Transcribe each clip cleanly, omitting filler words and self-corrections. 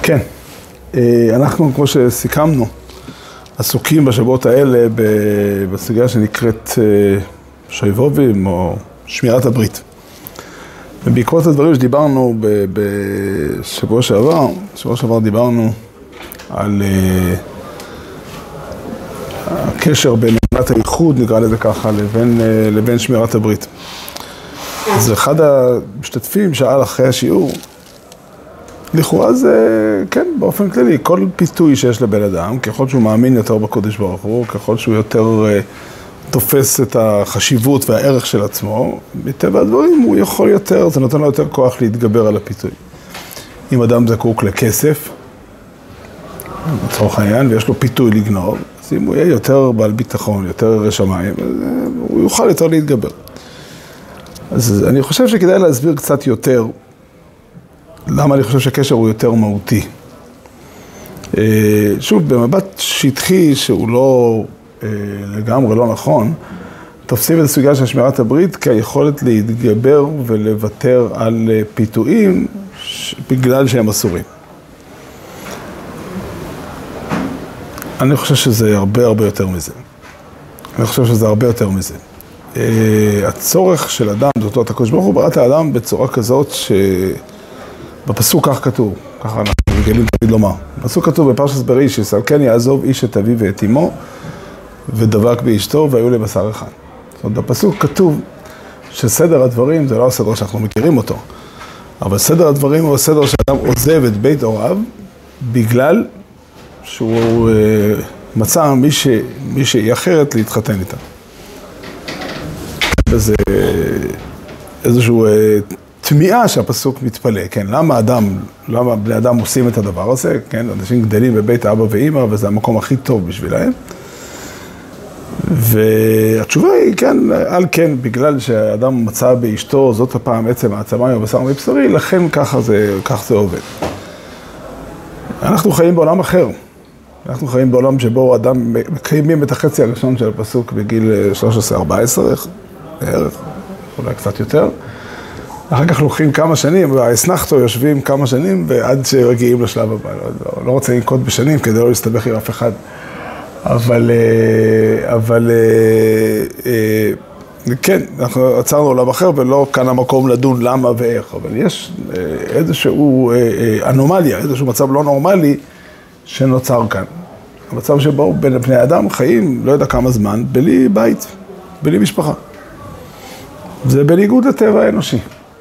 כן, אנחנו כמו שסיכמנו, עסוקים בשבועות האלה בסוגיה שנקראת שויבובים או שמירת הברית. ובעקבות הדברים שדיברנו בשבוע שעבר דיברנו על הקשר בין אמונת הייחוד, נקרא לזה ככה, לבין שמירת הברית. אז אחד המשתתפים שאל אחרי השיעור, לכאורה זה, כן, באופן כללי, כל פיתוי שיש לבן אדם, ככל שהוא מאמין יותר בקודש ברוך הוא, ככל שהוא יותר תופס את החשיבות והערך של עצמו, מטבע הדברים הוא יכול יותר, זה נותן לו יותר כוח להתגבר על הפיתוי. אם אדם זקוק לכסף, לצורך העניין, ויש לו פיתוי לגנוב, אז אם הוא יהיה יותר בעל ביטחון, יותר שמיים, הוא יוכל יותר להתגבר. אז אני חושב שכדאי להסביר קצת יותר, למה אני חושב שהקשר הוא יותר מהותי. שוב, במבט שטחי שהוא לא לגמרי לא נכון, תופסים את הסוגיה של שמירת הברית כיכולת להתגבר ולוותר על פיתויים בגלל שהם אסורים. אני חושב שזה הרבה יותר מזה. הצורך של אדם, זאת אומרת, הקדוש ברוך הוא ברא את האדם בצורה כזאת שבפסוק כך כתוב, ככה אנחנו רגילים תמיד לומר. בפסוק כתוב בפרשת בראשית, על כן יעזוב איש את אביו ואת אמו ודבק באשתו והיו לבשר אחד. זאת אומרת, בפסוק כתוב שסדר הדברים זה לא הסדר שאנחנו מכירים אותו, אבל סדר הדברים הוא הסדר שאדם עוזב את בית הוריו בגלל שהוא מצא מישהי אחרת להתחתן איתה. וזה איזשהו תמיהה שהפסוק מתפלא, כן? למה בני אדם עושים את הדבר הזה? כן? אנשים גדלים בבית אבא ואמא, וזה המקום הכי טוב בשבילהם. והתשובה היא, כן, על כן, בגלל שהאדם מצא באשתו, זאת הפעם עצם העצמה עם הבשר מבשרי, לכן כך זה עובד. אנחנו חיים בעולם אחר. אנחנו חיים בעולם שבו אדם מקיימים את החצי הראשון של הפסוק בגיל 13-14, בערך, אולי קצת יותר. אחר כך לוקחים כמה שנים, והאסנחתו יושבים כמה שנים, ועד שמגיעים לשלב הבא. לא רוצה לנקוט בשנים כדי לא להסתבך עם אף אחד. אבל כן, אנחנו עצרנו עולם אחר, ולא כאן המקום לדון למה ואיך. אבל יש איזשהו אנומליה, איזשהו מצב לא נורמלי שנוצר כאן. המצב שבו בין בני אדם חיים, לא יודע כמה זמן, בלי בית, בלי משפחה. זה בניגוד לטבע האנושי.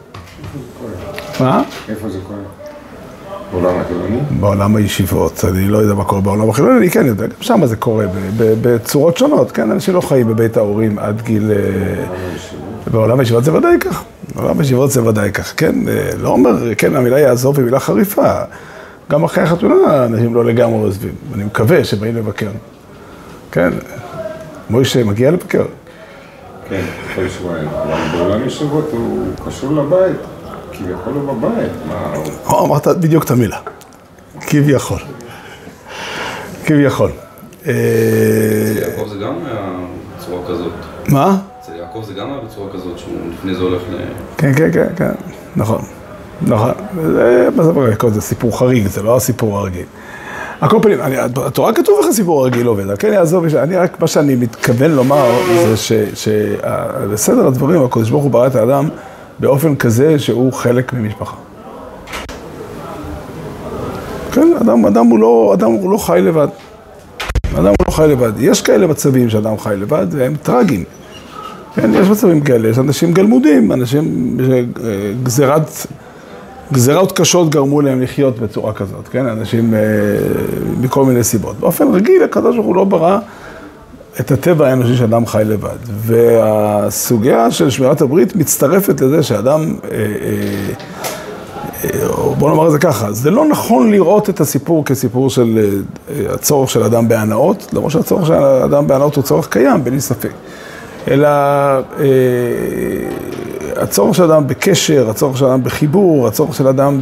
מה? איפה זה קורה? בעולם החילוני? בעולם הישיבות. אני לא יודע מה קורה בעולם החילוני, אני כן יודע. גם שם זה קורה בצורות שונות. כן, אנשים לא חיים בבית ההורים עד גיל... בעולם הישיבות זה ודאי כך. בעולם הישיבות זה ודאי כך. כן, לא אומר, כן, המילה יעזוב היא מילה חריפה. גם אחרי החתונה אנשים לא לגמרי עוזבים. אני מקווה שבאים לבקר. כן, מוישה מגיע לבקר. כן, כל שבועיים. אבל בעולם ישיבות הוא קשור לבית. כביכול הוא בבית. אמרת בדיוק את המילה. כביכול. אצל יעקב זה גם בצורה כזאת. מה? אצל יעקב זה גם בצורה כזאת שהוא לפני זה הולך כן, נכון. זה סיפור חריג, זה לא הסיפור הרגיל. הכל פנים, התורה כתוב איך הסיפור הרגיל עובד, כן יעזוב, מה שאני מתכוון לומר זה שבסדר הדברים, הקדוש ברוך הוא ברא את האדם באופן כזה שהוא חלק ממשפחה. כן, אדם הוא לא חי לבד. יש כאלה מצבים שאדם חי לבד והם טרגיים. כן, יש מצבים כאלה, יש אנשים גלמודים, אנשים גזירות קשות גרמו להם לחיות בצורה כזאת, כן? אנשים מכל מיני סיבות. באופן רגיל, הקדוש ברוך הוא לא ברא את הטבע האנושי שאדם חי לבד. והסוגיה של שמירת הברית מצטרפת לזה שאדם, בוא נאמר את זה ככה, זה לא נכון לראות את הסיפור כסיפור של הצורך של אדם בהנאות, למרות שהצורך של אדם בהנאות הוא צורך קיים, בלי ספק. אלא הצורך של אדם בקשר, הצורך של אדם בחיבור, הצורך של אדם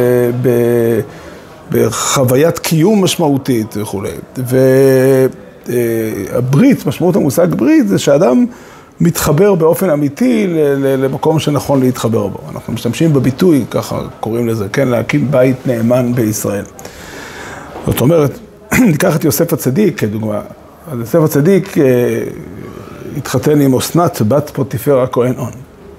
בחוויית קיום משמעותית וכו'. והברית, משמעות המושג ברית, זה שאדם מתחבר באופן אמיתי למקום שנכון להתחבר בו. אנחנו משתמשים בביטוי, ככה קוראים לזה, כן, להקים בית נאמן בישראל. זאת אומרת, ניקח את יוסף הצדיק כדוגמה. אז יוסף הצדיק התחתן עם אסנת, בת פוטיפר הכהן און.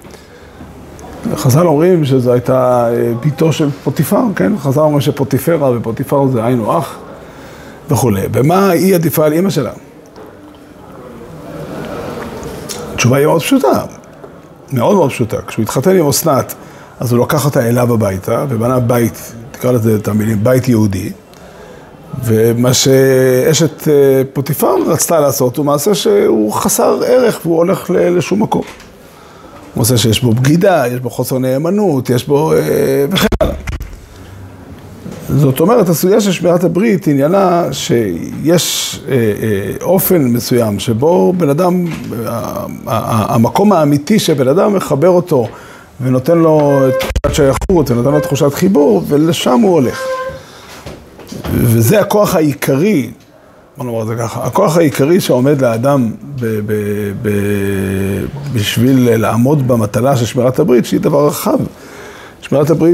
חז"ל אומרים שזו הייתה ביתו של פוטיפר, כן? חז"ל אומרים שפוטיפרה ופוטיפר זה היינו אח וכו'. ומה היא עדיפה על אמא שלה? התשובה היא מאוד פשוטה, מאוד מאוד פשוטה. כשהוא התחתן עם אסנת, אז הוא לקח אותה אליו הביתה, ובנה בית, תקרא לזה את המילים, בית יהודי. ומה שאשת פוטיפר רצתה לעשות, הוא מעשה שהוא חסר ערך, והוא הולך לשום מקום. הוא עושה שיש בו בגידה, יש בו חוסר נאמנות, יש בו וכן הלאה. זאת אומרת, הסוגיה של שמירת הברית עניינה שיש אופן מסוים שבו בן אדם, המקום האמיתי שבן אדם מחבר אותו ונותן לו תחושת שייכות ונותן לו תחושת חיבור, ולשם הוא הולך. וזה הכוח העיקרי, בוא נאמר את זה ככה, הכוח העיקרי שעומד לאדם בשביל לעמוד במטלה של שמירת הברית, שהיא דבר רחב. שמירת הברית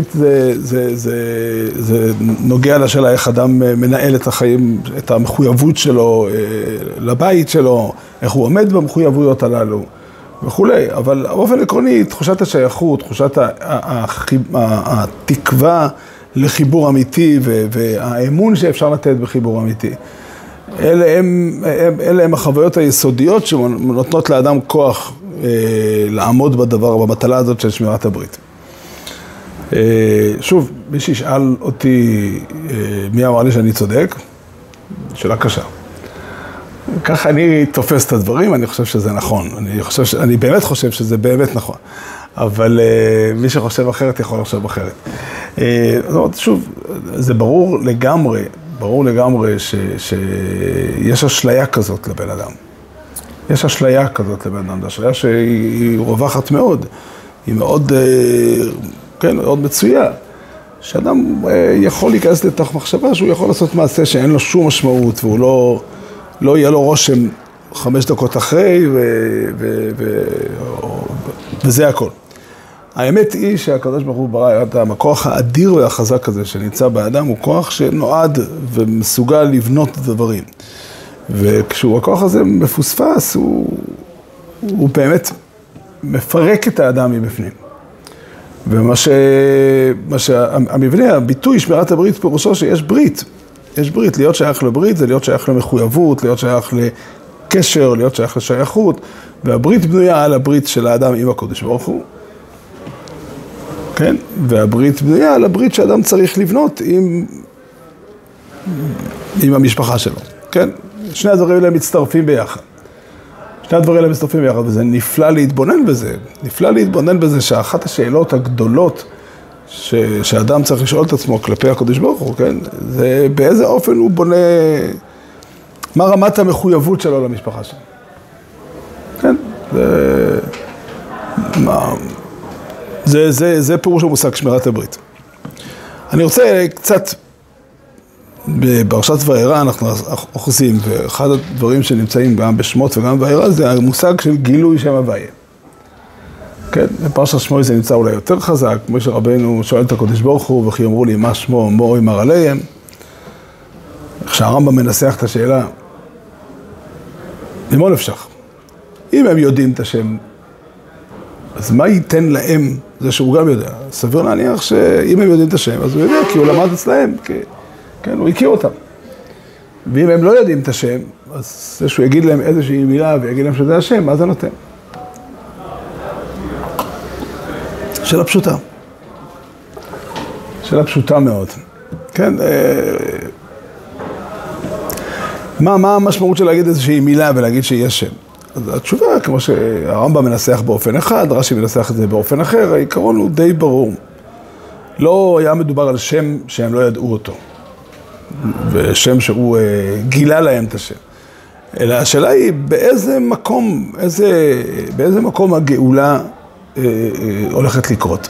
זה נוגע לשאלה איך אדם מנהל את החיים, את המחויבות שלו לבית שלו, איך הוא עומד במחויבויות הללו וכולי. אבל באופן עקרוני, תחושת השייכות, תחושת התקווה לחיבור אמיתי והאמון שאפשר לתת בחיבור אמיתי. אלה הם החוויות היסודיות שנותנות לאדם כוח לעמוד בדבר, במטלה הזאת של שמירת הברית. שוב, מי שישאל אותי מי אמר לי שאני צודק, שאלה קשה. ככה אני תופס את הדברים, אני חושב שזה נכון. אני באמת חושב שזה באמת נכון. אבל מי שחושב אחרת יכול לחשוב אחרת. זאת אומרת, שוב, זה ברור לגמרי שיש אשליה כזאת לבן אדם. יש אשליה כזאת לבן אדם, זו אשליה שהיא רווחת מאוד, היא מאוד, כן, מאוד מצויה. שאדם יכול להיכנס לתוך מחשבה שהוא יכול לעשות מעשה שאין לו שום משמעות, והוא לא יהיה לו רושם 5 דקות אחרי, וזה הכל. האמת היא שהקדוש ברוך הוא ברא את הכוח האדיר והחזק הזה שנמצא באדם, הוא כוח שנועד ומסוגל לבנות דברים. וכשהוא הכוח הזה מפוספס, הוא באמת מפרק את האדם מבפנים. המבנה, הביטוי שמירת הברית פירושו שיש ברית. יש ברית, להיות שייך לברית זה להיות שייך למחויבות, להיות שייך לקשר, להיות שייך לשייכות, והברית בנויה על הברית של האדם עם הקודש ברוך הוא. כן? והברית בנויה על הברית שאדם צריך לבנות עם המשפחה שלו. כן? שני הדברים האלה מצטרפים ביחד. וזה נפלא להתבונן בזה. נפלא להתבונן בזה שאחת השאלות הגדולות שאדם צריך לשאול את עצמו כלפי הקדוש ברוך הוא, כן? זה באיזה אופן הוא בונה, מה רמת המחויבות שלו למשפחה שלו. כן? זה פירוש המושג שמירת הברית. אני רוצה קצת, בפרשת וירא אנחנו אוחזים, ואחד הדברים שנמצאים גם בשמות וגם בוירא זה המושג של גילוי שם הוויה. כן, בפרשת שמות זה נמצא אולי יותר חזק, כמו שרבנו שואל את הקדוש ברוך הוא, וכי אמרו לי מה שמו, מו יאמר עליהם. כשהרמב"ם מנסח את השאלה, ממה נפשך? אם הם יודעים את השם, אז מה ייתן להם זה שהוא גם יודע? סביר להניח שאם הם יודעים את השם, אז הוא יודע, כי הוא למד אצלהם, כן, הוא הכיר אותם. ואם הם לא יודעים את השם, אז זה שהוא יגיד להם איזושהי מילה ויגיד להם שזה השם, מה זה נותן? שאלה פשוטה. שאלה פשוטה מאוד. כן, מה המשמעות של להגיד איזושהי מילה ולהגיד שיש שם? אז התשובה, כמו שהרמב"ם מנסח באופן אחד, רש"י מנסח את זה באופן אחר, העיקרון הוא די ברור. לא היה מדובר על שם שהם לא ידעו אותו, ושם שהוא גילה להם את השם. אלא השאלה היא באיזה מקום הגאולה הולכת לקרות.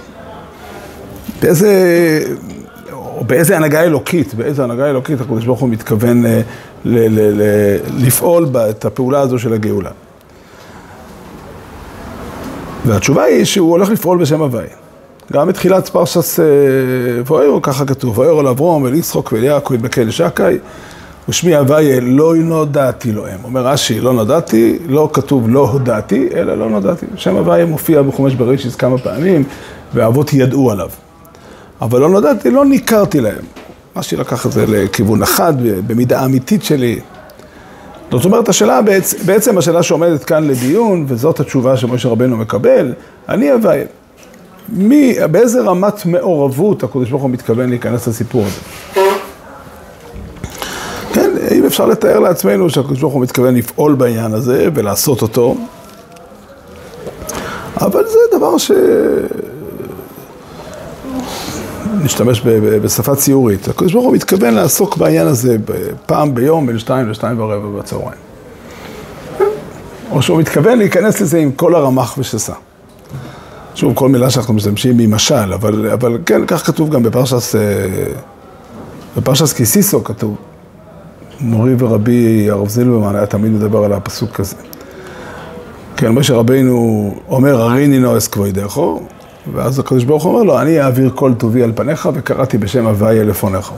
באיזה הנהגה אלוקית, הקדוש ברוך הוא מתכוון לפעול את הפעולה הזו של הגאולה. והתשובה היא שהוא הולך לפעול בשם הוויה. גם בתחילת פרשת ואירו, ככה כתוב, ואירו לאברום ואל יצחק ואל יעקב בקהל שקי, ושמי הוויה לא נודעתי לו הם. אומר רש"י, לא נודעתי, לא כתוב לא הודעתי, אלא לא נודעתי. שם הוויה מופיע בחומש בראשית כמה פעמים, והאבות ידעו עליו. אבל לא נודעתי, לא ניכרתי להם. רש"י לקח את זה לכיוון אחד, במידה אמיתית שלי. זאת אומרת, השאלה, בעצם השאלה שעומדת כאן לדיון, וזאת התשובה שמשה רבנו מקבל, אני הוויה. באיזה רמת מעורבות הקדוש ברוך הוא מתכוון להיכנס לסיפור הזה? כן, אם אפשר לתאר לעצמנו שהקדוש ברוך הוא מתכוון לפעול בעניין הזה ולעשות אותו, אבל זה דבר נשתמש בשפה ציורית. הקדוש ברוך הוא מתכוון לעסוק בעניין הזה פעם ביום בין 2 ל-2:15 בצהריים. או שהוא מתכוון להיכנס לזה עם כל הרמ"ח ושסה. שוב, כל מילה שאנחנו משתמשים היא משל, אבל כן, כך כתוב גם בפרשת כי סיסו כתוב. מורי ורבי הרב זילברמן היה תמיד מדבר על הפסוק כזה. כן, משה רבינו אומר, הריני נועס כבודך, ואז הקדוש ברוך הוא אומר לו, אני אעביר כל טובי על פניך וקראתי בשם הוויה לפניך.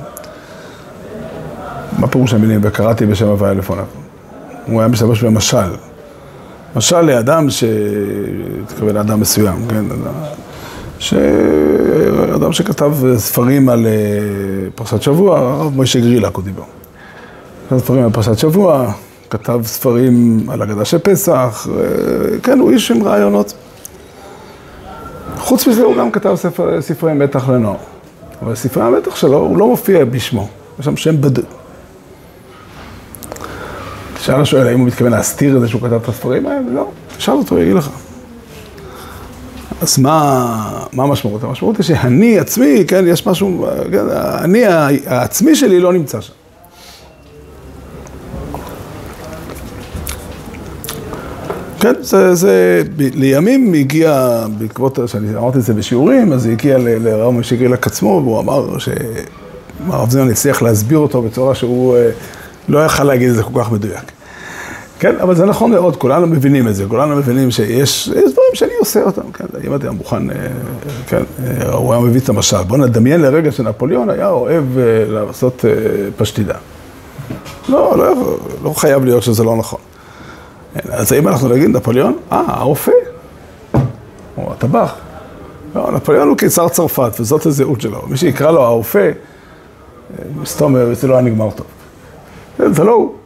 מה פירוש המילים? וקראתי בשם הוויה לפניך. הוא היה משתמש במשל. משל לאדם תקבל לאדם מסוים, כן? אדם שכתב ספרים על פרשת שבוע, הרב מוישה גרילק הוא דיבר. כתב ספרים על פרשת שבוע, כתב ספרים על הגדה של פסח, כן, הוא איש עם רעיונות. חוץ מזה הוא גם כתב ספרי מתח לנוער. אבל ספרי המתח שלו, הוא לא מופיע בשמו. יש שם שם בדו. תשאל השואל, האם הוא מתכוון להסתיר את זה שהוא כתב את הספרים האלה? לא. תשאל אותו, יגיד לך. אז מה המשמעות? המשמעות היא שאני עצמי, כן, יש משהו, כן, אני העצמי שלי לא נמצא שם. כן, זה לימים הגיע, בעקבות שאני אמרתי את זה בשיעורים, אז זה הגיע לרב מוישה גרילק עצמו, והוא אמר שהרב זילברמן הצליח להסביר אותו בצורה שהוא לא יכל להגיד את זה כל כך מדויק. כן, אבל זה נכון מאוד, כולנו מבינים את זה, כולנו מבינים שיש דברים שאני עושה אותם, כן, אם אתה מוכן, כן, הוא היה מביא את המשל. בוא נדמיין לרגע שנפוליאון היה אוהב לעשות פשטידה. לא חייב להיות שזה לא נכון. אז אם אנחנו נגיד נפוליאון, הרופא, או הטבח. לא, נפוליאון הוא קיסר צרפת, וזאת הזהות שלו. מי שיקרא לו הרופא, מסתומר, זה לא היה נגמר טוב. זה לא הוא.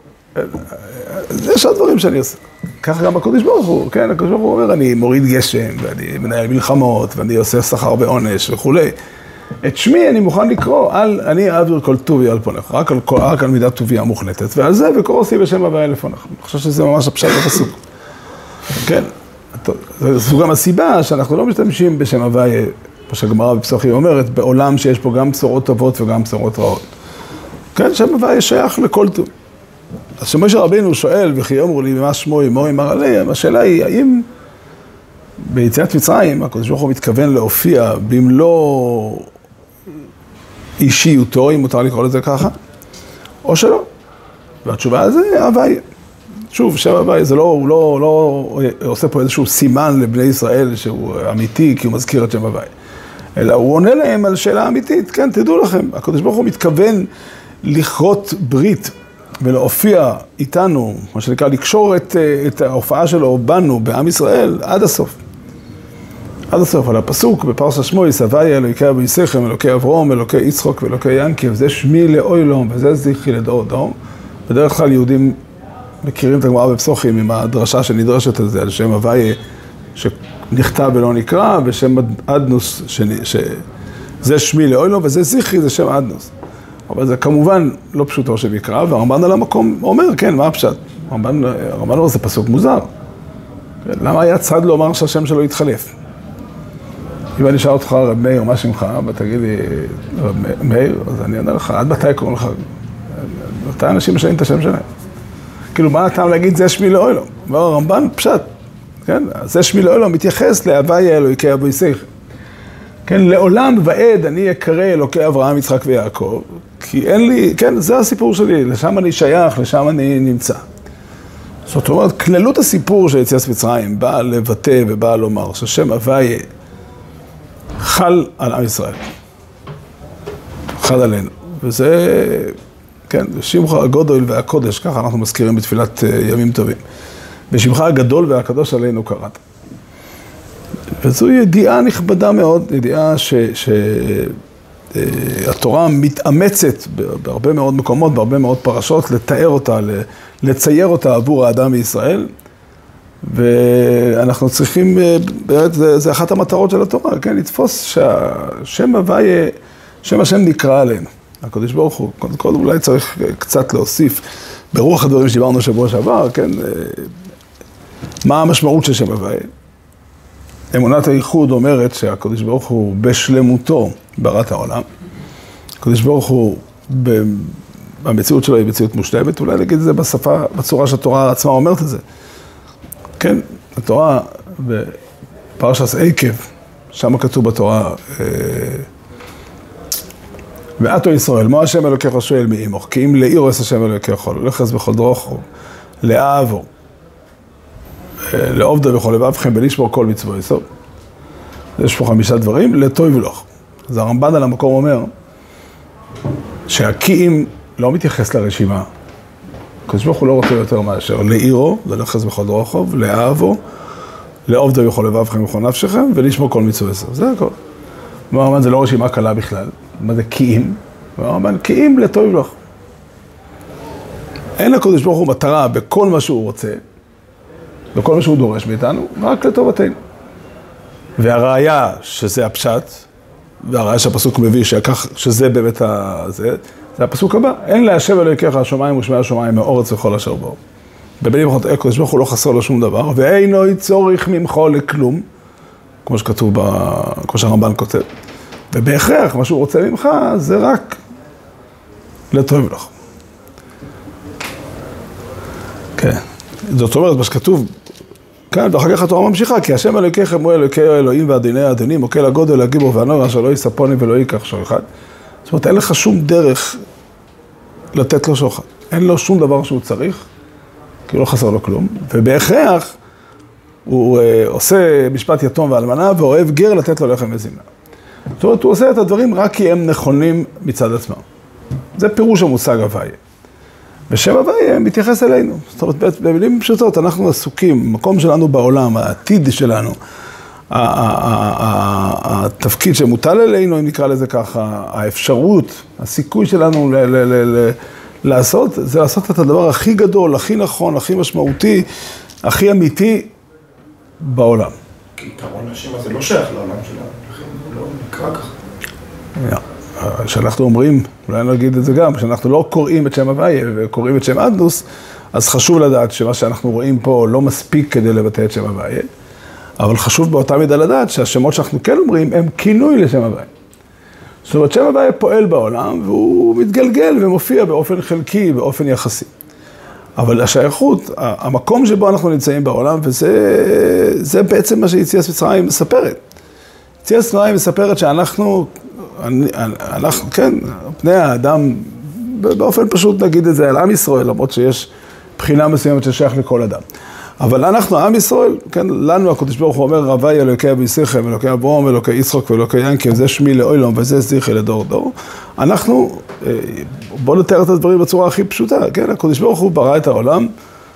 יש עוד דברים שאני עושה. ככה גם הקדוש ברוך הוא, כן, הקדוש ברוך הוא אומר, אני מוריד גשם, ואני מנהל מלחמות, ואני עושה שכר בעונש וכו'. את שמי אני מוכן לקרוא, אני אעביר כל טובי על פניך, רק על מידת טובי המוחלטת, ועל זה וקורסי בשם הוויה לפניך. אני חושב שזה ממש הפשט בפסוק. כן, זו גם הסיבה שאנחנו לא משתמשים בשם הוויה, כמו שהגמרא בפסוחים אומרת, בעולם שיש פה גם בשורות טובות וגם בשורות רעות. כן, שם הוויה שייך לכל טוב. אז שמשה רבינו שואל, וכי יאמרו לי מה שמו אמו אמר עליהם, השאלה היא, האם ביציאת מצרים, הקדוש ברוך הוא מתכוון להופיע במלוא אישיותו, אם מותר לקרוא לזה ככה, או שלא. והתשובה על זה, הוויה. שוב, שם הוויה, זה לא, הוא לא עושה פה איזשהו סימן לבני ישראל שהוא אמיתי, כי הוא מזכיר את שם הוויה. אלא הוא עונה להם על שאלה אמיתית, כן, תדעו לכם, הקדוש ברוך הוא מתכוון לכרות ברית ולהופיע איתנו, מה שנקרא, לקשור את ההופעה שלו בנו, בעם ישראל, עד הסוף. עד הסוף, על הפסוק בפרשת שמואל, הוויה אלוקי אבותיכם, אלוקי אברהם, אלוקי יצחק ואלוקי יעקב, זה שמי לעולם וזה זכרי לדור דור. בדרך כלל יהודים מכירים את הגמרא בפסוחים עם הדרשה שנדרשת על זה, על שם הוויה שנכתב ולא נקרא, ושם אדנוס, שזה שמי לעולם וזה זכרי, זה שם אדנוס. אבל זה כמובן לא פשוטו שבקרא, והרמב"ן על המקום אומר, כן, מה הפשט? הרמב"ן אומר, זה פסוק מוזר. למה היה צד לומר שהשם שלו יתחלף? אם אני אשאל אותך, רב מאיר, מה שמך, ותגיד לי, רב מאיר, אז אני אענה לך, עד מתי קוראים לך? מתי אנשים משנים את השם שלהם? כאילו, מה הטעם להגיד, זה שמי לעולם? אומר הרמב"ן, פשט, כן? זה שמי לעולם מתייחס להוויה אלוקי אבותיכם. כן, לעולם ועד אני אקרא אלוקי אברהם, יצחק ויעקב, כי אין לי, כן, זה הסיפור שלי, לשם אני שייך, לשם אני נמצא. זאת אומרת, כללות הסיפור של יציאת מצרים באה לבטא ובאה לומר שהשם הוויה חל על עם ישראל. חל עלינו. וזה, כן, שמך הגדול והקודש, ככה אנחנו מזכירים בתפילת ימים טובים. ושמך הגדול והקדוש עלינו קראת. וזו ידיעה נכבדה מאוד, ידיעה שהתורה מתאמצת בהרבה מאוד מקומות, בהרבה מאוד פרשות, לתאר אותה, לצייר אותה עבור האדם מישראל. ואנחנו צריכים, באמת, זה אחת המטרות של התורה, כן? לתפוס שהשם הוויה, שם השם נקרא עלינו. הקדוש ברוך הוא, קודם כל אולי צריך קצת להוסיף, ברוח הדברים שדיברנו שבוע שעבר, כן? מה המשמעות של שם הוויה? אמונת הייחוד אומרת שהקדוש ברוך הוא בשלמותו ברא את העולם. הקדוש ברוך הוא במציאות שלו היא מציאות מושלמת, אולי נגיד את זה בשפה, בצורה שהתורה עצמה אומרת את זה. כן, התורה בפרשת עקב, שם כתוב בתורה, ואתו ישראל, מה השם אלוקיך שואל מעמך, כי אם לעיר עשה השם אלוקיך, לחס בכל דרוכו, לאהבו, לעובדו בכל לבבכם, ולשמור כל מצוות. יש פה 5 דברים, לטוב לך. אז הרמב"ן על המקום אומר, שהקיאים לא מתייחס לרשימה. הקדוש ברוך הוא לא רוצה יותר מאשר לעירו, ולחס בכל דרוכו, לאהבו, לעובדו בכל לבבכם ובכל נפשכם, ולשמור כל מצוות. זה הכל. הרמב"ן זה לא רשימה קלה בכלל. מה זה קיאים? הרמב"ן, קיאים לטוב לך. אין לקדוש ברוך הוא מטרה בכל מה שהוא רוצה, בכל מה שהוא דורש מאיתנו, רק לטובתנו. והראיה שזה הפשט, והראיה שהפסוק מביא שזה באמת זה הפסוק הבא. אין להשם אלוהיכך השמיים ושמי השמיים מאורץ וכל אשר בו. במילים אחרות, הקדוש ברוך הוא לא חסר לו שום דבר, ואינו צורך ממך לכלום, כמו שכתוב, כמו שהרמב"ן כותב. ובהכרח, מה שהוא רוצה ממך, זה רק לטוב לך. כן. זאת אומרת, מה שכתוב, כן, ואחר כך התורה ממשיכה, כי השם אלוקיכם הוא אלוקי האלוהים והדיני האדונים, מוקל הגודל, הגיבור והנורא, אשר לא יספוני ולא ייקח שוחד. זאת אומרת, אין לך שום דרך לתת לו שוחד. אין לו שום דבר שהוא צריך, כי לא חסר לו כלום. ובהכרח, הוא עושה משפט יתום ואלמנה, ואוהב גר לתת לו לחם וזימה. זאת אומרת, הוא עושה את הדברים רק כי הם נכונים מצד עצמם. זה פירוש המושג הוויה. ושם הוויה מתייחס אלינו. זאת אומרת, במילים פשוטות, אנחנו עסוקים, המקום שלנו בעולם, העתיד שלנו, התפקיד שמוטל אלינו, אם נקרא לזה ככה, האפשרות, הסיכוי שלנו לעשות, זה לעשות את הדבר הכי גדול, הכי נכון, הכי משמעותי, הכי אמיתי בעולם. כי עיקרון השם הזה לא שייך לעולם שלנו, לכן הוא לא נקרא ככה. כשאנחנו אומרים, אולי נגיד את זה גם, כשאנחנו לא קוראים את שם הוויה וקוראים את שם אדנוס, אז חשוב לדעת שמה שאנחנו רואים פה לא מספיק כדי לבטא את שם הוויה, אבל חשוב באותה מידה לדעת שהשמות שאנחנו כן אומרים הם כינוי לשם הוויה. זאת אומרת, שם הוויה פועל בעולם והוא מתגלגל ומופיע באופן חלקי, באופן יחסי. אבל השייכות, המקום שבו אנחנו נמצאים בעולם, וזה בעצם מה שיציאת מצרים מספרת. יציאת מצרים מספרת שאנחנו, כן, פני האדם, באופן פשוט נגיד את זה על עם ישראל, למרות שיש בחינה מסוימת ששייך לכל אדם. אבל אנחנו, עם ישראל, כן, לנו הקדוש ברוך הוא אומר, הוויה אלוקי אביסיכם, אלוקי אברהם, אלוקי יצחק ואלוקי ינקב, זה שמי לעולם וזה זכרי לדור דור. אנחנו, בואו נתאר את הדברים בצורה הכי פשוטה, כן, הקדוש ברוך הוא ברא את העולם,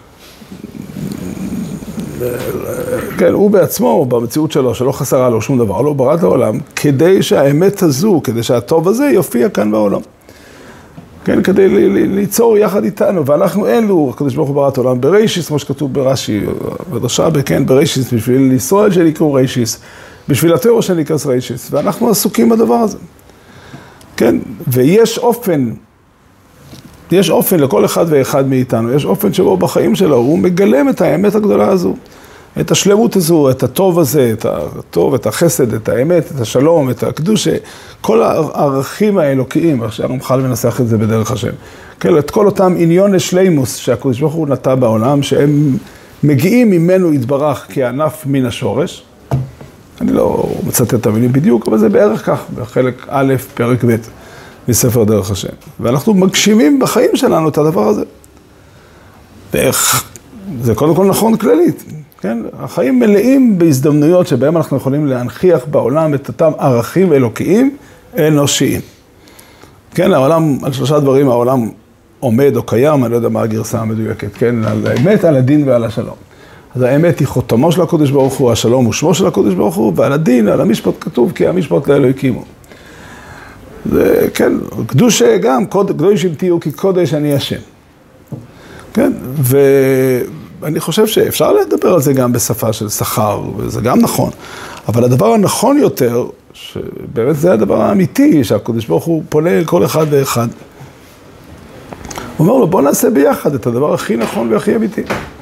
כן, הוא בעצמו, במציאות שלו, שלא חסרה לו שום דבר, לא ברא את העולם, כדי שהאמת הזו, כדי שהטוב הזה יופיע כאן בעולם. כן, כדי ליצור יחד איתנו, ואנחנו אלו, הקדוש ברוך הוא ברא את העולם בראשיס, כמו שכתוב ברש"י, בדרשה, כן, בראשיס, בשביל ישראל שנקראו ראשיס, בשביל התיאור שנקרא ראשיס, ואנחנו עסוקים בדבר הזה. כן, ויש אופן לכל אחד ואחד מאיתנו, יש אופן שבו בחיים שלו הוא מגלם את האמת הגדולה הזו, את השלמות הזו, את הטוב הזה, את הטוב, את החסד, את האמת, את השלום, את הקדושה, כל הערכים האלוקיים, שהרמח"ל מנסח את זה בדרך השם. כן, את כל אותם עניון לשלימוס שהקדוש ברוך הוא נטע בעולם, שהם מגיעים ממנו יתברך כענף מן השורש. אני לא מצטט את המילים בדיוק, אבל זה בערך כך, בחלק א', פרק ב' מספר דרך השם. ואנחנו מגשימים בחיים שלנו את הדבר הזה. ואיך זה קודם כל נכון כללית, כן? החיים מלאים בהזדמנויות שבהם אנחנו יכולים להנכיח בעולם את אותם ערכים אלוקיים אנושיים. כן, העולם, על 3 דברים העולם עומד או קיים, אני לא יודע מה הגרסה המדויקת, כן? על האמת, על הדין ועל השלום. אז האמת היא חותמו של הקודש ברוך הוא, השלום הוא שמו של הקודש ברוך הוא, ועל הדין, על המשפט כתוב, כי המשפט לאלוהים הקימו. זה, כן, קדוש גם, קדושים תהיו כי קודש אני השם. כן, ואני חושב שאפשר לדבר על זה גם בשפה של שכר, וזה גם נכון. אבל הדבר הנכון יותר, שבאמת זה הדבר האמיתי, שהקדוש ברוך הוא פונה אל כל אחד ואחד. הוא אומר לו, בוא נעשה ביחד את הדבר הכי נכון והכי אמיתי.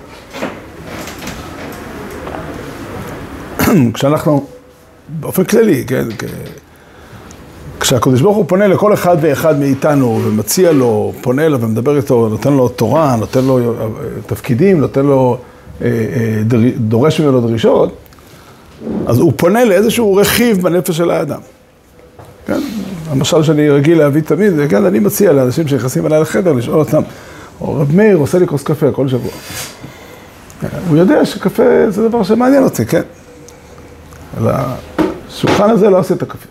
כשאנחנו, באופן כללי, כן, כשהקדוש ברוך הוא פונה לכל אחד ואחד מאיתנו ומציע לו, פונה לו ומדבר איתו, נותן לו תורה, נותן לו תפקידים, נותן לו, דורש ממנו דרישות, אז הוא פונה לאיזשהו רכיב בנפש של האדם. כן? המשל שאני רגיל להביא תמיד, כן, אני מציע לאנשים שנכנסים אליי לחדר לשאול אותם, או רב מאיר עושה לי כוס קפה כל שבוע. הוא יודע שקפה זה דבר שמעניין אותי, כן? על השולחן הזה לא עושה את הקפה.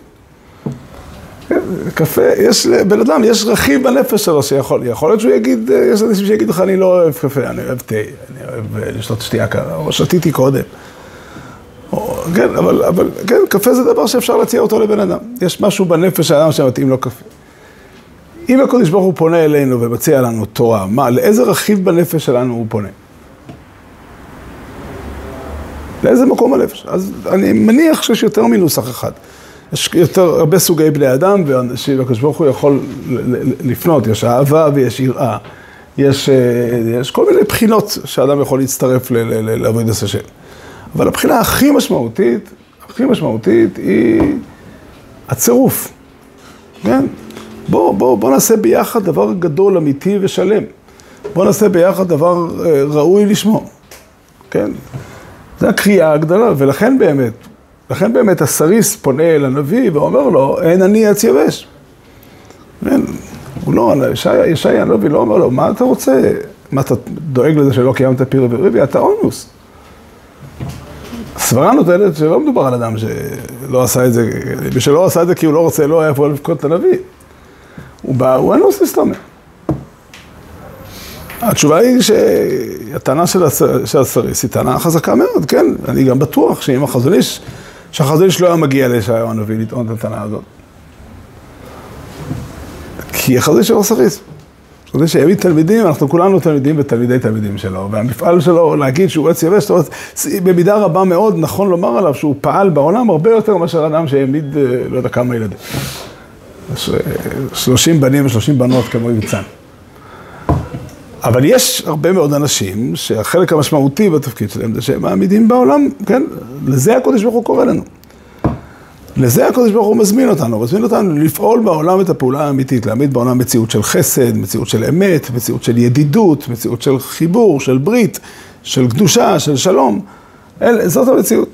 קפה, יש בן אדם, יש רכיב בנפש שלו שיכול להיות שהוא יגיד, יש אנשים שיגידו לך, אני לא אוהב קפה, אני אוהב תה, אני אוהב לשתות שתייה קרה, או שתיתי קודם. כן, אבל כן, קפה זה דבר שאפשר להציע אותו לבן אדם. יש משהו בנפש האדם שמתאים לו קפה. אם הקדוש ברוך הוא פונה אלינו ומציע לנו תורה, מה, לאיזה רכיב בנפש שלנו הוא פונה? לאיזה מקום בנפש? אז אני מניח שיש יותר מנוסח אחד. יש יותר הרבה סוגי בני אדם, והקדוש ברוך הוא יכול לפנות, יש אהבה ויש יראה, יש כל מיני בחינות שהאדם יכול להצטרף לעבודת השם. אבל הבחינה הכי משמעותית היא הצירוף. כן? בוא נעשה ביחד דבר גדול, אמיתי ושלם. בוא נעשה ביחד דבר ראוי לשמו. כן? זו הקריאה הגדולה, ולכן באמת הסריס פונה אל הנביא ואומר לו, אין אני עץ יבש. הוא לא, ישעיה הנביא לא אומר לו, מה אתה רוצה? מה אתה דואג לזה שלא קיימת פיר וריבי? אתה אונוס. הסברה נותנת שלא מדובר על אדם שלא עשה את זה, ושלא עשה את זה כי הוא לא רוצה, לא היה יכול לפקוד את הנביא. הוא אנוס מסתומם. התשובה היא שהטענה של הסריס היא טענה חזקה מאוד, כן? אני גם בטוח שאם שהחזון איש לא היה מגיע לישעיה הנביא לטעון את הטענה הזאת. כי החזון איש הוא הסריס. החזון איש העמיד תלמידים, אנחנו כולנו תלמידים ותלמידי תלמידים שלו, והמפעל שלו להגיד שהוא עץ יבש, במידה רבה מאוד נכון לומר עליו שהוא פעל בעולם הרבה יותר מאשר אדם שהעמיד לא יודע כמה ילדים. 30 בנים ו30 בנות כמו יבצן. אבל יש הרבה מאוד אנשים שהחלק המשמעותי בתפקיד שלהם זה שהם מעמידים בעולם, כן? לזה הקדוש ברוך הוא קורא לנו. לזה הקדוש ברוך הוא מזמין אותנו לפעול בעולם את הפעולה האמיתית, להעמיד בעולם מציאות של חסד, מציאות של אמת, מציאות של ידידות, מציאות של חיבור, של ברית, של קדושה, של שלום. זאת המציאות.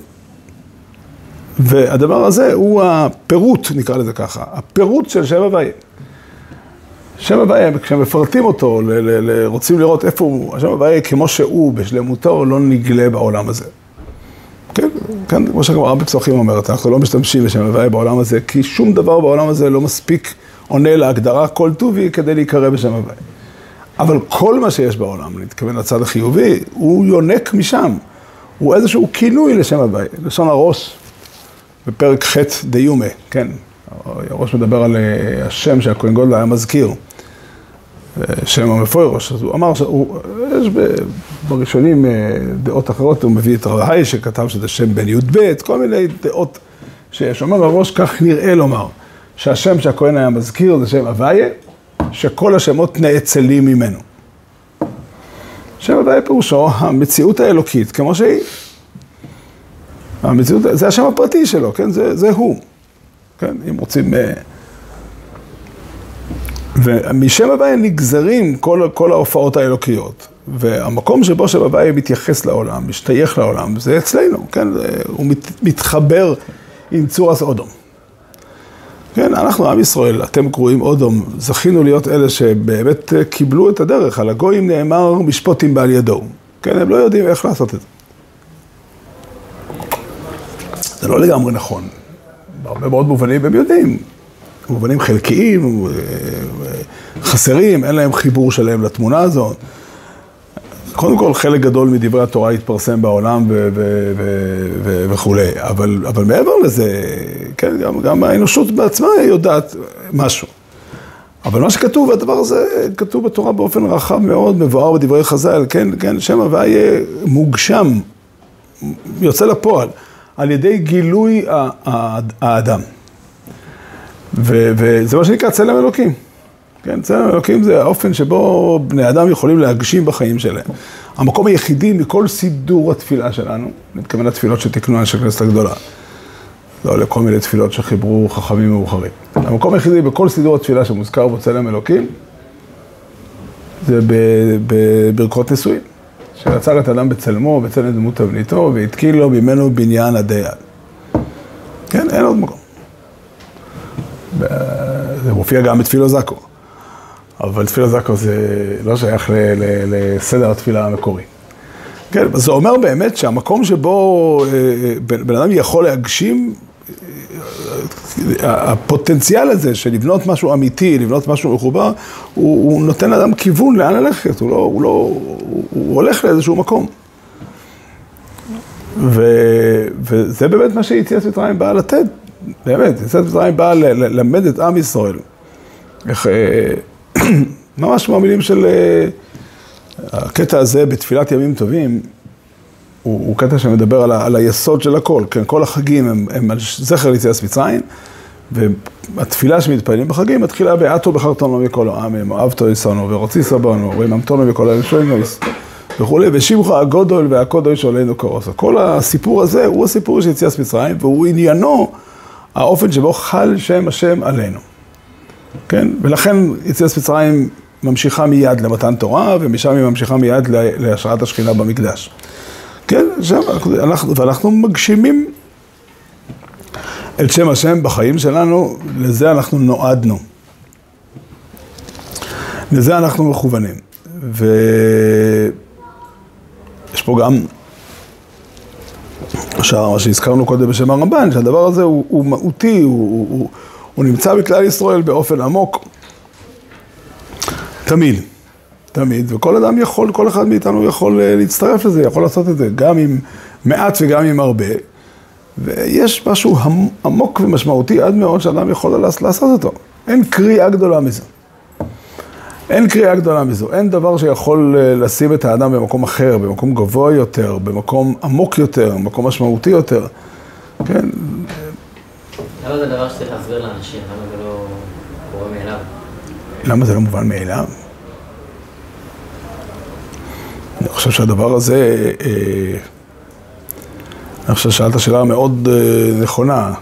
והדבר הזה הוא הפירוט, נקרא לזה ככה, הפירוט של שם הוויה. שם הוויה, כשמפרטים אותו, רוצים לראות איפה הוא, השם הוויה כמו שהוא בשלמותו לא נגלה בעולם הזה. כן, כמו שהגמרא בפסוחים אומרת, אנחנו לא משתמשים בשם הוויה בעולם הזה, כי שום דבר בעולם הזה לא מספיק עונה להגדרה כל טובי כדי להיקרא בשם הוויה. אבל כל מה שיש בעולם, נתכוון לצד החיובי, הוא יונק משם. הוא איזשהו כינוי לשם הוויה, לשון הראש, בפרק ח' דיומה, כן. הראש מדבר על השם שהכהן גודל היה מזכיר, שם המפורש, אז הוא אמר יש בראשונים דעות אחרות, הוא מביא את רבי שכתב שזה שם בן י"ב, כל מיני דעות שיש. אומר הראש, כך נראה לומר, שהשם שהכהן היה מזכיר זה שם הוויה, שכל השמות נאצלים ממנו. שם הוויה פירושו, המציאות האלוקית, כמו שהיא. המציאות, זה השם הפרטי שלו, כן? זה הוא. כן? אם רוצים... ומשם הוויה נגזרים כל ההופעות האלוקיות. והמקום שבו שם הוויה מתייחס לעולם, משתייך לעולם, זה אצלנו, כן? הוא מתחבר עם צורת אודום. כן, אנחנו עם ישראל, אתם קרואים אודום, זכינו להיות אלה שבאמת קיבלו את הדרך. על הגויים נאמר משפוטים בעל ידו. כן, הם לא יודעים איך לעשות את זה. זה לא לגמרי נכון. בהרבה מאוד מובנים הם יודעים. מובנים חלקיים, חסרים, אין להם חיבור שלהם לתמונה הזאת. קודם כל, חלק גדול מדברי התורה התפרסם בעולם וכו'. אבל מעבר לזה, כן, גם האנושות בעצמה יודעת משהו. אבל מה שכתוב, הדבר הזה כתוב בתורה באופן רחב מאוד, מבואר בדברי חז"ל, כן, שם הוויה יהיה מוגשם, יוצא לפועל, על ידי גילוי האדם. וזה מה שנקרא צלם אלוקים. כן, צלם אלוקים זה האופן שבו בני אדם יכולים להגשים בחיים שלהם. המקום היחידי מכל סידור התפילה שלנו, מתכוון לתפילות שתקנו אנשי הכנסת הגדולה, לא לכל מיני תפילות שחיברו חכמים מאוחרים. המקום היחידי בכל סידור התפילה שמוזכר בו צלם אלוקים, זה בברכות נישואין, שיצר את האדם בצלמו, בצלם דמות תבניתו, והתקין לו ממנו בניין עדי יד. כן, אין עוד מקום. זה מופיע גם בתפילו זקו, אבל תפילו זקו זה לא שייך לסדר התפילה המקורי. כן, זה אומר באמת שהמקום שבו בן אדם יכול להגשים, הפוטנציאל הזה של לבנות משהו אמיתי, לבנות משהו מחובר, הוא נותן לאדם כיוון לאן ללכת, הוא הולך לאיזשהו מקום. וזה באמת מה שיציאת מצרים באה לתת, באמת, יציאת מצרים באה ללמד את עם ישראל. איך, ממש מהמילים של הקטע הזה בתפילת ימים טובים, הוא קטע שמדבר על היסוד של הכל, כן, כל החגים הם על זכר ליציאת מצרים, והתפילה שמתפעלים בחגים מתחילה באתו בחרתנו מכל העמים, אהבתו יסנו ורוצי סבנו, ריממתנו מכל האנשוינו וכו', ושמך הגודל והקודש עלינו קורסו. כל הסיפור הזה הוא הסיפור של יציאת מצרים, והוא עניינו האופן שבו חל שם השם עלינו. כן, ולכן יציאת מצרים ממשיכה מיד למתן תורה, ומשם היא ממשיכה מיד להשראת השכינה במקדש. כן, ואנחנו מגשימים את שם השם בחיים שלנו, לזה אנחנו נועדנו. לזה אנחנו מכוונים. ויש פה גם מה שהזכרנו קודם בשם הרמב"ן, שהדבר הזה הוא מהותי, הוא נמצא בכלל ישראל באופן עמוק. תמיד, וכל אדם יכול, כל אחד מאיתנו יכול להצטרף לזה, יכול לעשות את זה, גם עם מעט וגם עם הרבה. ויש משהו עמוק ומשמעותי עד מאוד שאדם יכול לעשות אותו. אין קריאה גדולה מזה. אין דבר שיכול לשים את האדם במקום אחר, במקום גבוה יותר, במקום עמוק יותר, במקום משמעותי יותר. כן. למה זה דבר שצריך להסביר לאנשים? למה זה לא קורה מאליו? למה זה לא מובן מאליו? אני חושב שהדבר הזה, אני חושב ששאלת שאלה מאוד נכונה.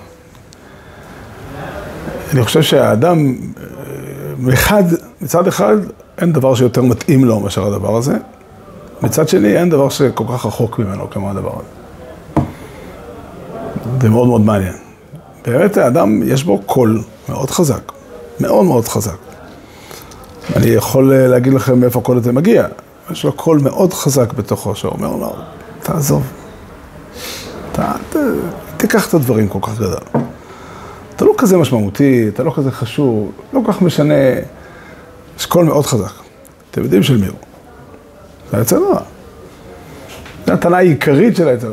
אני חושב שהאדם, מצד אחד, אין דבר שיותר מתאים לו מאשר הדבר הזה. מצד שני, אין דבר שכל כך רחוק ממנו כמו הדבר הזה. זה מאוד מאוד מעניין. באמת האדם יש בו קול מאוד חזק, מאוד מאוד חזק. אני יכול להגיד לכם מאיפה הקול הזה מגיע. יש לו קול מאוד חזק בתוכו, שאומר לו, תעזוב. תיקח את הדברים כל כך גדול. אתה לא כזה משמעותי, אתה לא כזה חשוב, לא כל כך משנה. יש קול מאוד חזק. אתם יודעים של מי הוא. זה היצר רע. זה הטענה העיקרית של היצר רע.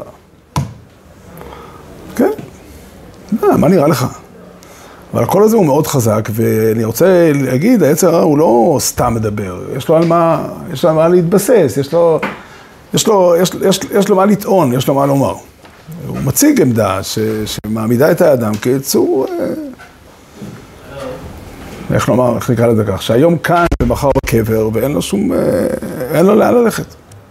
כן? מה נראה לך? אבל הקול הזה הוא מאוד חזק, ואני רוצה להגיד, היצר הרע הוא לא סתם מדבר, יש לו על מה להתבסס, יש לו מה לטעון, יש לו מה לומר. הוא מציג עמדה שמעמידה את האדם כיצור, איך לומר, איך נקרא לזה כך, שהיום כאן ומחר בקבר, ואין לו שום, אין לו לאן ללכת.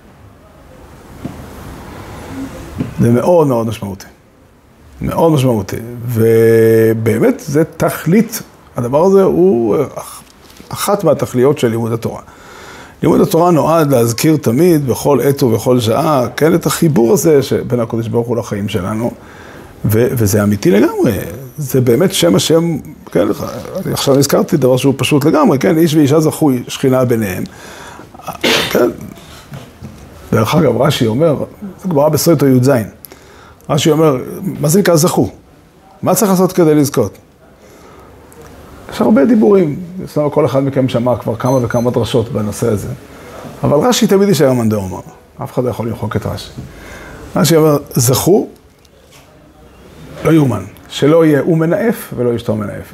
זה מאוד מאוד משמעותי. מאוד משמעותי, ובאמת זה תכלית, הדבר הזה הוא אחת מהתכליות של לימוד התורה. לימוד התורה נועד להזכיר תמיד, בכל עת ובכל שעה, כן, את החיבור הזה שבין הקודש ברוך הוא לחיים שלנו, וזה אמיתי לגמרי, זה באמת שם השם, כן, עכשיו הזכרתי דבר שהוא פשוט לגמרי, כן, איש ואישה זכו שכינה ביניהם, כן, דרך אגב, רש"י אומר, זה גמרא בסוטו י"ז, רש"י אומר, מה זה נקרא זכו? מה צריך לעשות כדי לזכות? יש הרבה דיבורים, כל אחד מכם שמע כבר כמה וכמה דרשות בנושא הזה, אבל רש"י תמיד יישאר מאן דאמר, אף אחד לא יכול למחוק את רש"י. רש"י אומר, זכו, לא יאומן, שלא יהיה הוא מנאף ולא אשתו מנאף.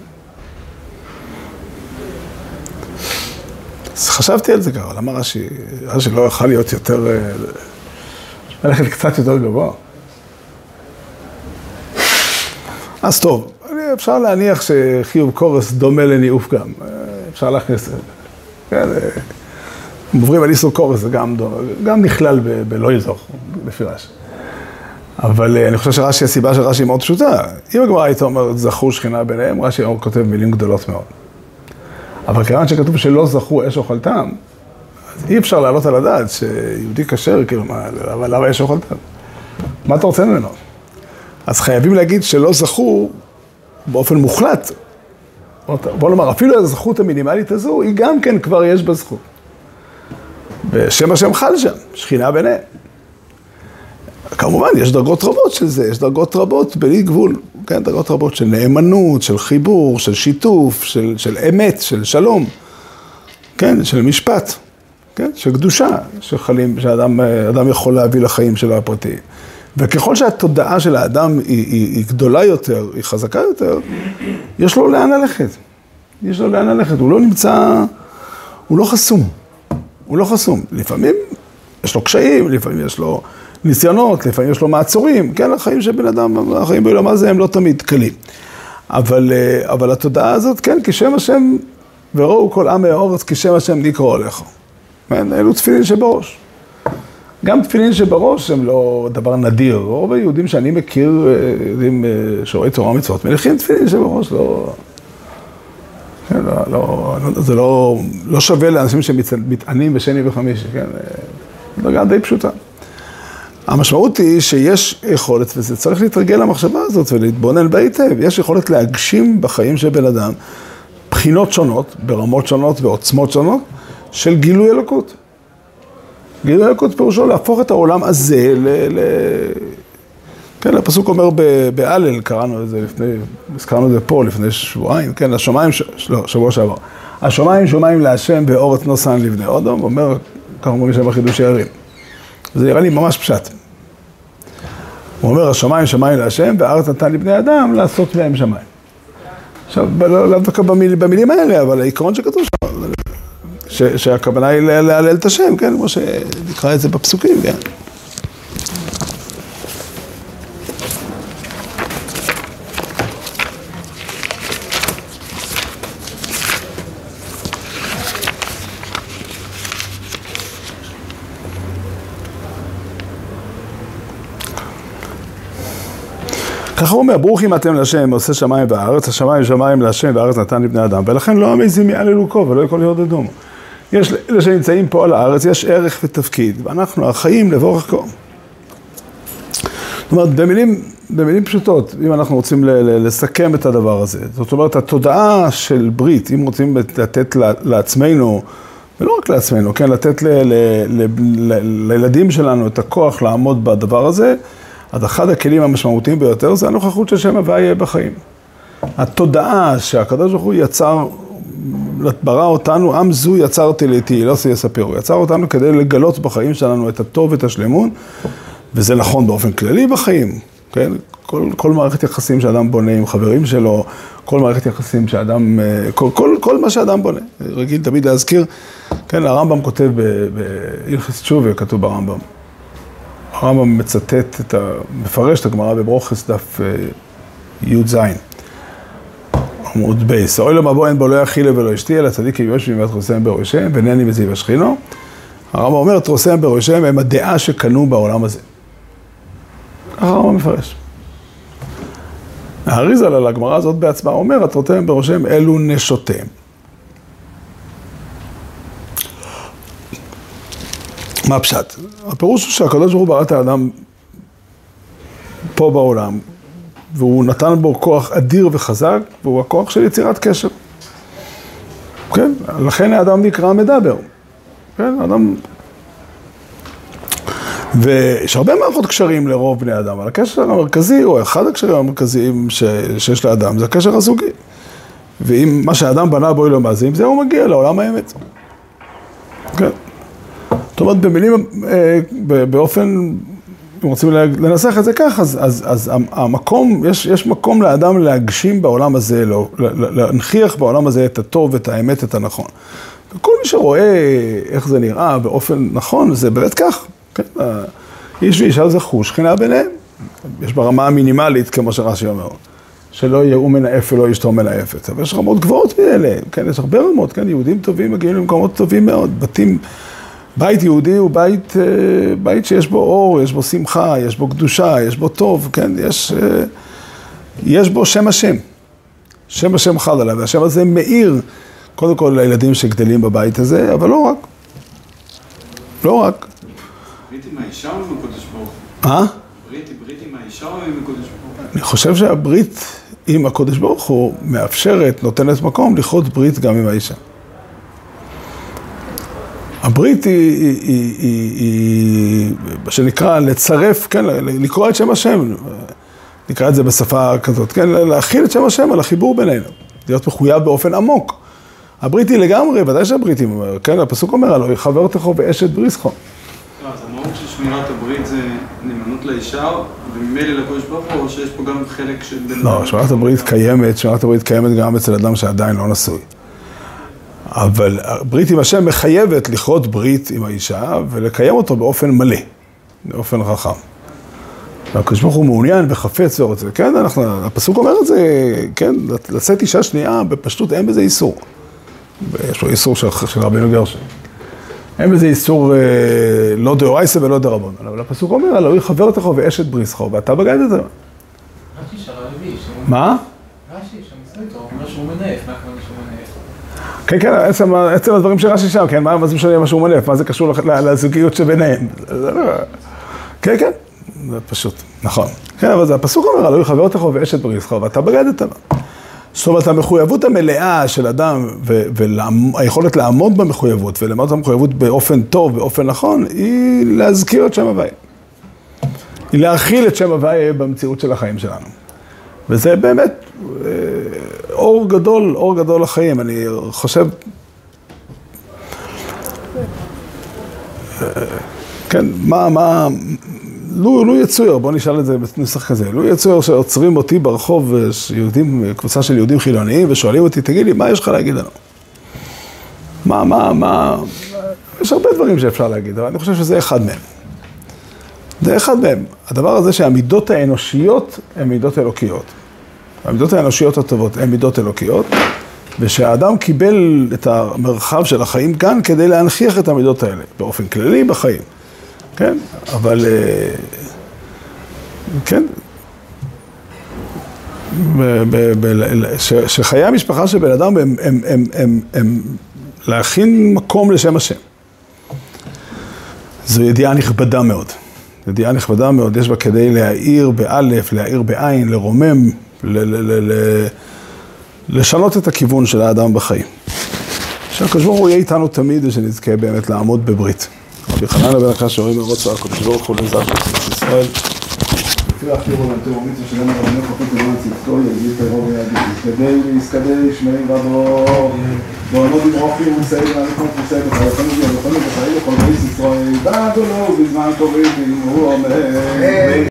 אז חשבתי על זה ככה, למה רש"י לא יכול להיות יותר, ללכת קצת יותר גבוה. אז טוב, אפשר להניח שחיוב קורס דומה לניאוף גם, אפשר להכניס, כן, עוברים על איסור קורס, זה גם נכלל בלא יזוך, לפי רש"י. אבל אני חושב שרש"י, הסיבה של רש"י היא מאוד פשוטה. אם הגמרא הייתה אומרת, זכו שכינה ביניהם, רש"י כותב מילים גדולות מאוד. אבל כיוון שכתוב שלא זכו אש אוכלתם, אז אי אפשר לעלות על הדעת שיהודי כשר, כאילו, אבל למה אש אוכלתם? מה אתה רוצה ממנו? אז חייבים להגיד שלא זכו באופן מוחלט. בוא נאמר, אפילו הזכות המינימלית הזו, היא גם כן כבר יש בה זכות. בשם השם חל שם, שכינה ביניהם. כמובן, יש דרגות רבות של זה, יש דרגות רבות בלי גבול, כן? דרגות רבות של נאמנות, של חיבור, של שיתוף, של אמת, של שלום, כן? של משפט, כן? של קדושה, שאדם יכול להביא לחיים שלו הפרטי. וככל שהתודעה של האדם היא גדולה יותר, היא חזקה יותר, יש לו לאן ללכת. יש לו לאן ללכת, הוא לא נמצא, הוא לא חסום. הוא לא חסום. לפעמים יש לו קשיים, לפעמים יש לו ניסיונות, לפעמים יש לו מעצורים, כן, החיים של בן אדם, החיים בעולם הזה הם לא תמיד קלים. אבל התודעה הזאת, כן, כשם השם, וראו כל עם האורץ, כשם השם נקראו עליך. כן, אלו תפילין שבראש. גם תפילין שבראש הם לא דבר נדיר. רוב היהודים שאני מכיר, יהודים שורעי תורה ומצוות, מניחים תפילין שבראש, לא... כן, זה לא שווה לאנשים שמתענים בשני וחמישי, כן, דרגה די פשוטה. המשמעות היא שיש יכולת, וזה צריך להתרגל למחשבה הזאת ולהתבונן בהיטב, יש יכולת להגשים בחיים של בן אדם בחינות שונות, ברמות שונות ועוצמות שונות, של גילוי אלוקות. גילוי אלוקות פירושו להפוך את העולם הזה כן, הפסוק אומר בהלל, קראנו את זה הזכרנו את זה פה לפני שבועיים, כן, השמיים, לא, שבוע שעבר. השמיים שמיים להשם ואורץ נוסן לבני אדם, אומר, כך אומרים שם בחידוש הערים. זה נראה לי ממש פשט. הוא אומר, השמיים שמיים להשם והארץ נתן לבני אדם לעשות מהם שמיים. עכשיו, לא דווקא במילים האלה, אבל העיקרון שכתוב שם, שהכוונה היא להלל את השם, כן, כמו שנקרא את זה בפסוקים, כן. ככה הוא אומר, ברוכים אתם להשם, עושה שמיים וארץ, השמיים שמיים להשם וארץ נתן לבני אדם, ולכן לא המזים יעללו כה ולא יכול להיות אדום. יש אלה שנמצאים פה על הארץ, יש ערך ותפקיד, ואנחנו החיים לבורך כה. זאת אומרת, במילים פשוטות, אם אנחנו רוצים לסכם את הדבר הזה, זאת אומרת, התודעה של ברית, אם רוצים לתת לעצמנו, ולא רק לעצמנו, כן, לתת לילדים שלנו את הכוח לעמוד בדבר הזה, אז אחד הכלים המשמעותיים ביותר זה הנוכחות של שם הוויה בחיים. התודעה שהקדוש ברוך הוא יצר, ברא אותנו, עם זו יצרתי לאיתי, לא יספרו, יצר אותנו כדי לגלות בחיים שלנו את הטוב ואת השלמות, וזה נכון באופן כללי בחיים, כן? כל מערכת יחסים שאדם בונה עם חברים שלו, כל מערכת יחסים שאדם, כל מה שאדם בונה. רגיל תמיד להזכיר, כן, הרמב"ם כותב בהלכות תשובה, כתוב ברמב"ם. הרמב"ם מצטט מפרש את הגמרא בברוכס דף י"ז. עמוד בייס. אוי לו מבוא אין בו לא יאכילה ולא ישתי, אלא צדיק יבש מימת רוסם בראשם, ונני מזיו השכינו. הרמב"ם אומר, את רוסם בראשם הם הדעה שקנו בעולם הזה. ככה הרמב"ם מפרש. האריז"ל על הגמרא הזאת בעצמה אומר, את רוסם בראשם אלו נשותיהם. מה הפשט? הפירוש הוא שהקדוש ברוך הוא ברא את האדם פה בעולם, והוא נתן בו כוח אדיר וחזק, והוא הכוח של יצירת קשר. כן? לכן האדם נקרא מדבר. כן? האדם... ויש הרבה מערכות קשרים לרוב בני אדם, אבל הקשר המרכזי, או אחד הקשרים המרכזיים שיש לאדם, זה הקשר הזוגי. ואם מה שהאדם בנה בו אלוהים הזה, עם זה הוא מגיע לעולם האמת. כן. זאת אומרת, במילים, באופן, אם רוצים לנסח את זה כך, אז המקום, יש מקום לאדם להגשים בעולם הזה, להנכיח בעולם הזה את הטוב, את האמת, את הנכון. וכל מי שרואה איך זה נראה באופן נכון, זה באמת כך. כן? איש ואישה זכו שכינה ביניהם. יש ברמה המינימלית, כמו שרש"י אומר, שלא יראו מנאף ולא ישתו מנאפת. אבל יש רמות גבוהות מאלה, כן? יש הרבה רמות, כן? יהודים טובים מגיעים למקומות טובים מאוד. בית יהודי הוא בית שיש בו אור, יש בו שמחה, יש בו קדושה, יש בו טוב, כן? יש בו שם השם. שם השם חל עליו, והשם הזה מאיר קודם כל לילדים שגדלים בבית הזה, אבל לא רק. לא רק. ברית עם האישה או עם הקודש ברוך הוא? ברית עם האישה או עם הקודש ברוך הוא? אני חושב שהברית עם הקודש ברוך הוא מאפשרת, נותנת מקום לכרות ברית גם עם האישה. הברית היא שנקרא לצרף, כן, לקרוא את שם השם, נקרא את זה בשפה כזאת, כן, להכיל את שם השם על החיבור בינינו, להיות מחויב באופן עמוק. הברית היא לגמרי, ודאי שהברית היא, כן, הפסוק אומר, הלוא חבר תכו ואשת בריסכו. אז המהות של שמירת הברית זה נאמנות לאישה, וממילא לקודש ברוך הוא, או שיש פה גם חלק של... לא, שמירת הברית קיימת גם אצל אדם שעדיין לא נשוי. אבל ברית עם השם מחייבת לכרות ברית עם האישה, ולקיים אותו באופן מלא, באופן חכם. והקדוש ברוך הוא מעוניין וחפץ ורוצה, כן, הפסוק אומר את זה, כן, לצאת אישה שנייה, בפשטות אין בזה איסור. יש לו איסור של רבינו גרשון. אין בזה איסור לא דאורייסה ולא דרבנן, אבל הפסוק אומר, הלוא חבר תכו ואשת בריסכו, ואתה בגד את זה. רש"י שרה לוי, מה? רש"י שם מסתכל, הוא אומר שהוא מנף, מה הכוונה שהוא מנף? כן, כן, עצם הדברים של רש"י שם, כן, מה זה משנה מה שהוא מנף, מה זה קשור לזוגיות שביניהם. כן, כן, זה פשוט, נכון. כן, אבל זה הפסוק אומר, הלוא חבר תכו ואשת בריסכו, ואתה בגד את זה. זאת אומרת, המחויבות המלאה של אדם והיכולת לעמוד במחויבות ולעמוד את המחויבות באופן טוב, באופן נכון, היא להזכיר את שם הוויה. היא להכיל את שם הוויה במציאות של החיים שלנו. וזה באמת אור גדול לחיים. אני חושב, כן, לו יצויר, בוא נשאל את זה בנוסח כזה, לו יצויר שעוצרים אותי ברחוב, קבוצה של יהודים חילוניים, ושואלים אותי, תגיד לי, מה יש לך להגיד לנו? יש הרבה דברים שאפשר להגיד, אבל אני חושב שזה אחד מהם. זה אחד מהם. הדבר הזה שהמידות האנושיות הן מידות אלוקיות. המידות האנושיות הטובות הן מידות אלוקיות, ושהאדם קיבל את המרחב של החיים כאן כדי להנכיח את המידות האלה, באופן כללי בחיים. כן, אבל, כן, שחיי המשפחה של בן אדם הם להכין מקום לשם השם. זו ידיעה נכבדה מאוד. ידיעה נכבדה מאוד, יש בה כדי להאיר באלף, להאיר בעין, לרומם, לשנות את הכיוון של האדם בחיים. שהקדוש ברוך הוא יהיה איתנו תמיד ושנזכה באמת לעמוד בברית. רבי חנניה בן עקשיא שאומרים מרוצה, הקדוש ברוך הוא לעזרת של ישראל. לפי הכתיבו לנטור מצווה שלנו רבנו חפץ למען צדקו, יגיד טרור ויגיד. יסקדי ויסקדי שמי רבו, ועמוד עם רוחי ומסעיד וענקות וסעיד וחלפנו ויבחנו וחיים וכל בית ישראל, דאגו לו בזמן טובים, הוא אומר